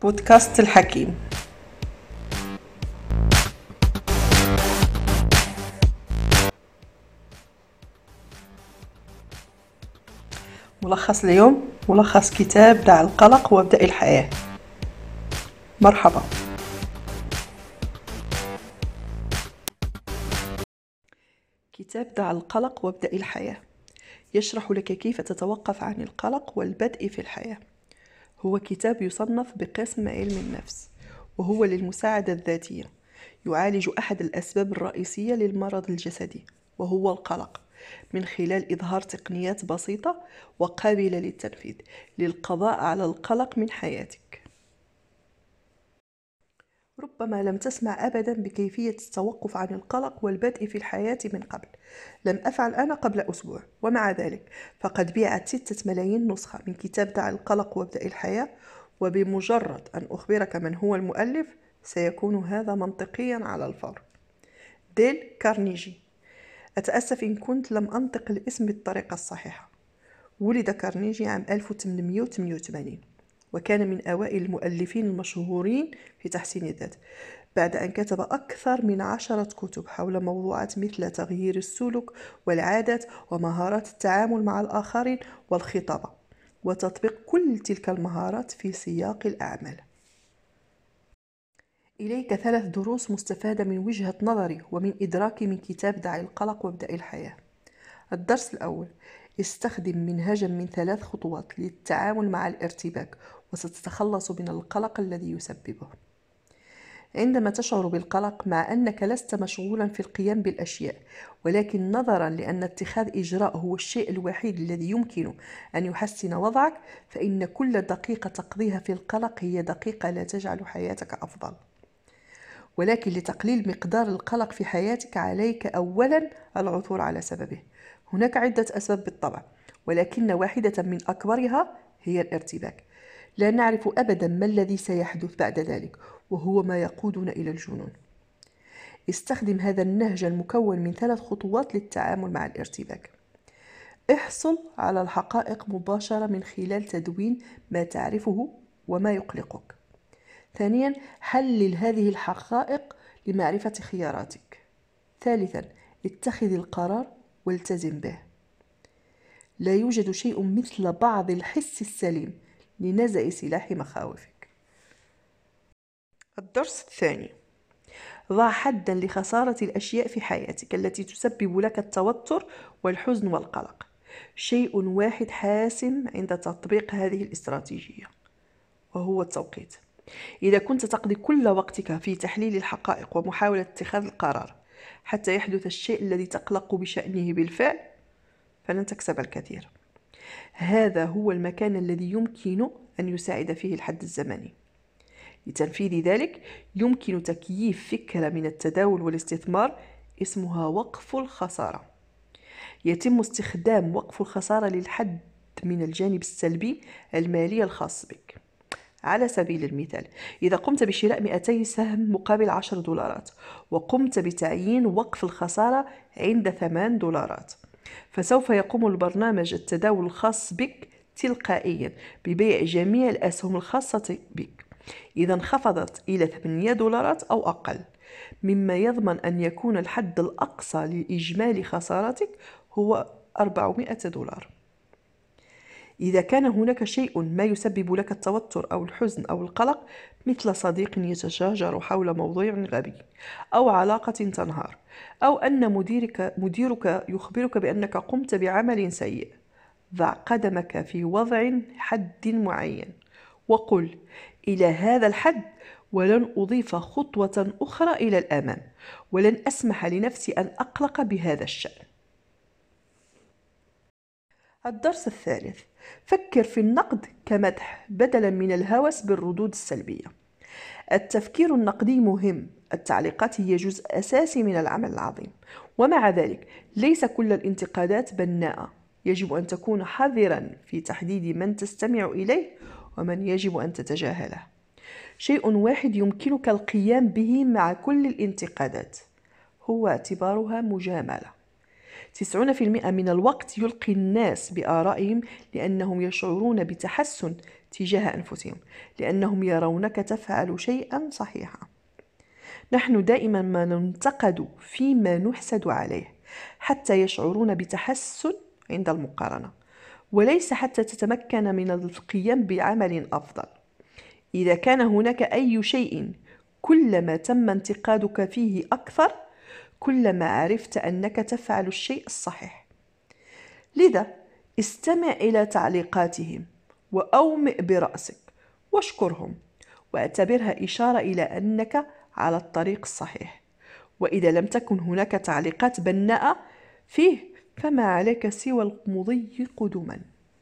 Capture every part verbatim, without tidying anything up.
بودكاست الحكيم. ملخص اليوم، ملخص كتاب دع القلق وابدأ الحياة. مرحبا. كتاب دع القلق وابدأ الحياة يشرح لك كيف تتوقف عن القلق والبدء في الحياة. هو كتاب يصنف بقسم علم النفس، وهو للمساعدة الذاتية. يعالج أحد الأسباب الرئيسية للمرض الجسدي، وهو القلق، من خلال إظهار تقنيات بسيطة وقابلة للتنفيذ للقضاء على القلق من حياتك. ربما لم تسمع أبدا بكيفية التوقف عن القلق والبدء في الحياة من قبل. لم أفعل أنا قبل أسبوع، ومع ذلك فقد بيعت ستة ملايين نسخة من كتاب دع القلق وابدأ الحياة. وبمجرد أن أخبرك من هو المؤلف سيكون هذا منطقيا على الفور. ديل كارنيجي. أتأسف إن كنت لم أنطق الاسم بالطريقة الصحيحة. ولد كارنيجي عام ألف وثمانمائة وثمانية وثمانين، وكان من أوائل المؤلفين المشهورين في تحسين الذات، بعد أن كتب أكثر من عشرة كتب حول موضوعات مثل تغيير السلوك والعادات ومهارات التعامل مع الآخرين والخطابة، وتطبيق كل تلك المهارات في سياق الأعمال. إليك ثلاث دروس مستفادة من وجهة نظري ومن إدراكي من كتاب دع القلق وابدأ الحياة. الدرس الأول: استخدم منهجا من ثلاث خطوات للتعامل مع الارتباك، وستتخلص من القلق الذي يسببه. عندما تشعر بالقلق مع أنك لست مشغولا في القيام بالأشياء، ولكن نظرا لأن اتخاذ إجراء هو الشيء الوحيد الذي يمكن أن يحسن وضعك، فإن كل دقيقة تقضيها في القلق هي دقيقة لا تجعل حياتك أفضل. ولكن لتقليل مقدار القلق في حياتك عليك أولا العثور على سببه. هناك عدة أسباب بالطبع، ولكن واحدة من أكبرها هي الارتباك. لا نعرف أبدا ما الذي سيحدث بعد ذلك، وهو ما يقودنا إلى الجنون. استخدم هذا النهج المكون من ثلاث خطوات للتعامل مع الارتباك. احصل على الحقائق مباشرة من خلال تدوين ما تعرفه وما يقلقك. ثانيا، حلل هذه الحقائق لمعرفة خياراتك. ثالثا، اتخذ القرار والتزم به. لا يوجد شيء مثل بعض الحس السليم لنزع سلاح مخاوفك. الدرس الثاني: ضع حدا لخسارة الأشياء في حياتك التي تسبب لك التوتر والحزن والقلق. شيء واحد حاسم عند تطبيق هذه الاستراتيجية، وهو التوقيت. إذا كنت تقضي كل وقتك في تحليل الحقائق ومحاولة اتخاذ القرار حتى يحدث الشيء الذي تقلق بشأنه بالفعل، فلن تكسب الكثير. هذا هو المكان الذي يمكن أن يساعد فيه الحد الزمني. لتنفيذ ذلك يمكن تكييف فكرة من التداول والاستثمار اسمها وقف الخسارة. يتم استخدام وقف الخسارة للحد من الجانب السلبي المالي الخاص بك. على سبيل المثال، إذا قمت بشراء مئتي سهم مقابل عشر دولارات، وقمت بتعيين وقف الخسارة عند ثمان دولارات، فسوف يقوم البرنامج التداول الخاص بك تلقائيا ببيع جميع الأسهم الخاصة بك إذا انخفضت إلى ثمانية دولارات أو أقل، مما يضمن أن يكون الحد الأقصى لإجمالي خسارتك هو أربعمائة دولار. إذا كان هناك شيء ما يسبب لك التوتر أو الحزن أو القلق، مثل صديق يتشاجر حول موضوع غبي، أو علاقة تنهار، أو أن مديرك, مديرك يخبرك بأنك قمت بعمل سيء، ضع قدمك في وضع حد معين وقل: إلى هذا الحد، ولن أضيف خطوة أخرى إلى الأمام، ولن أسمح لنفسي أن أقلق بهذا الشأن. الدرس الثالث: فكر في النقد كمدح بدلا من الهوس بالردود السلبية. التفكير النقدي مهم. التعليقات هي جزء أساسي من العمل العظيم، ومع ذلك ليس كل الانتقادات بناءة. يجب أن تكون حذرا في تحديد من تستمع إليه ومن يجب أن تتجاهله. شيء واحد يمكنك القيام به مع كل الانتقادات، هو اعتبارها مجاملة. تسعون في المئة من الوقت يلقي الناس بآرائهم لأنهم يشعرون بتحسن تجاه أنفسهم لأنهم يرونك تفعل شيئا صحيحا. نحن دائما ما ننتقد فيما نحسد عليه حتى يشعرون بتحسن عند المقارنة، وليس حتى تتمكن من القيام بعمل أفضل. إذا كان هناك أي شيء كلما تم انتقادك فيه أكثر كلما عرفت أنك تفعل الشيء الصحيح. لذا استمع إلى تعليقاتهم وأومئ برأسك واشكرهم واعتبرها إشارة إلى أنك على الطريق الصحيح. وإذا لم تكن هناك تعليقات بناءة فيه فما عليك سوى المضي قدما.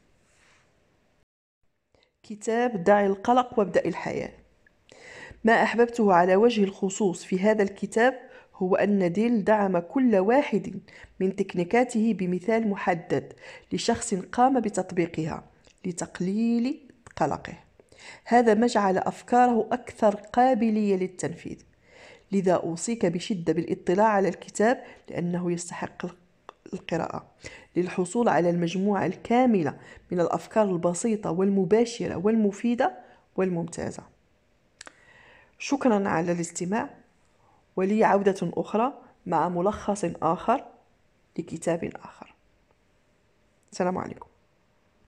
كتاب دع القلق وابدأ الحياة. ما أحببته على وجه الخصوص في هذا الكتاب هو أن ديل دعم كل واحد من تكنيكاته بمثال محدد لشخص قام بتطبيقها لتقليل قلقه. هذا ما جعل أفكاره أكثر قابلية للتنفيذ. لذا أوصيك بشدة بالاطلاع على الكتاب لأنه يستحق القراءة للحصول على المجموعة الكاملة من الأفكار البسيطة والمباشرة والمفيدة والممتازة. شكرا على الاستماع، ولي عودة أخرى مع ملخص آخر لكتاب آخر. السلام عليكم.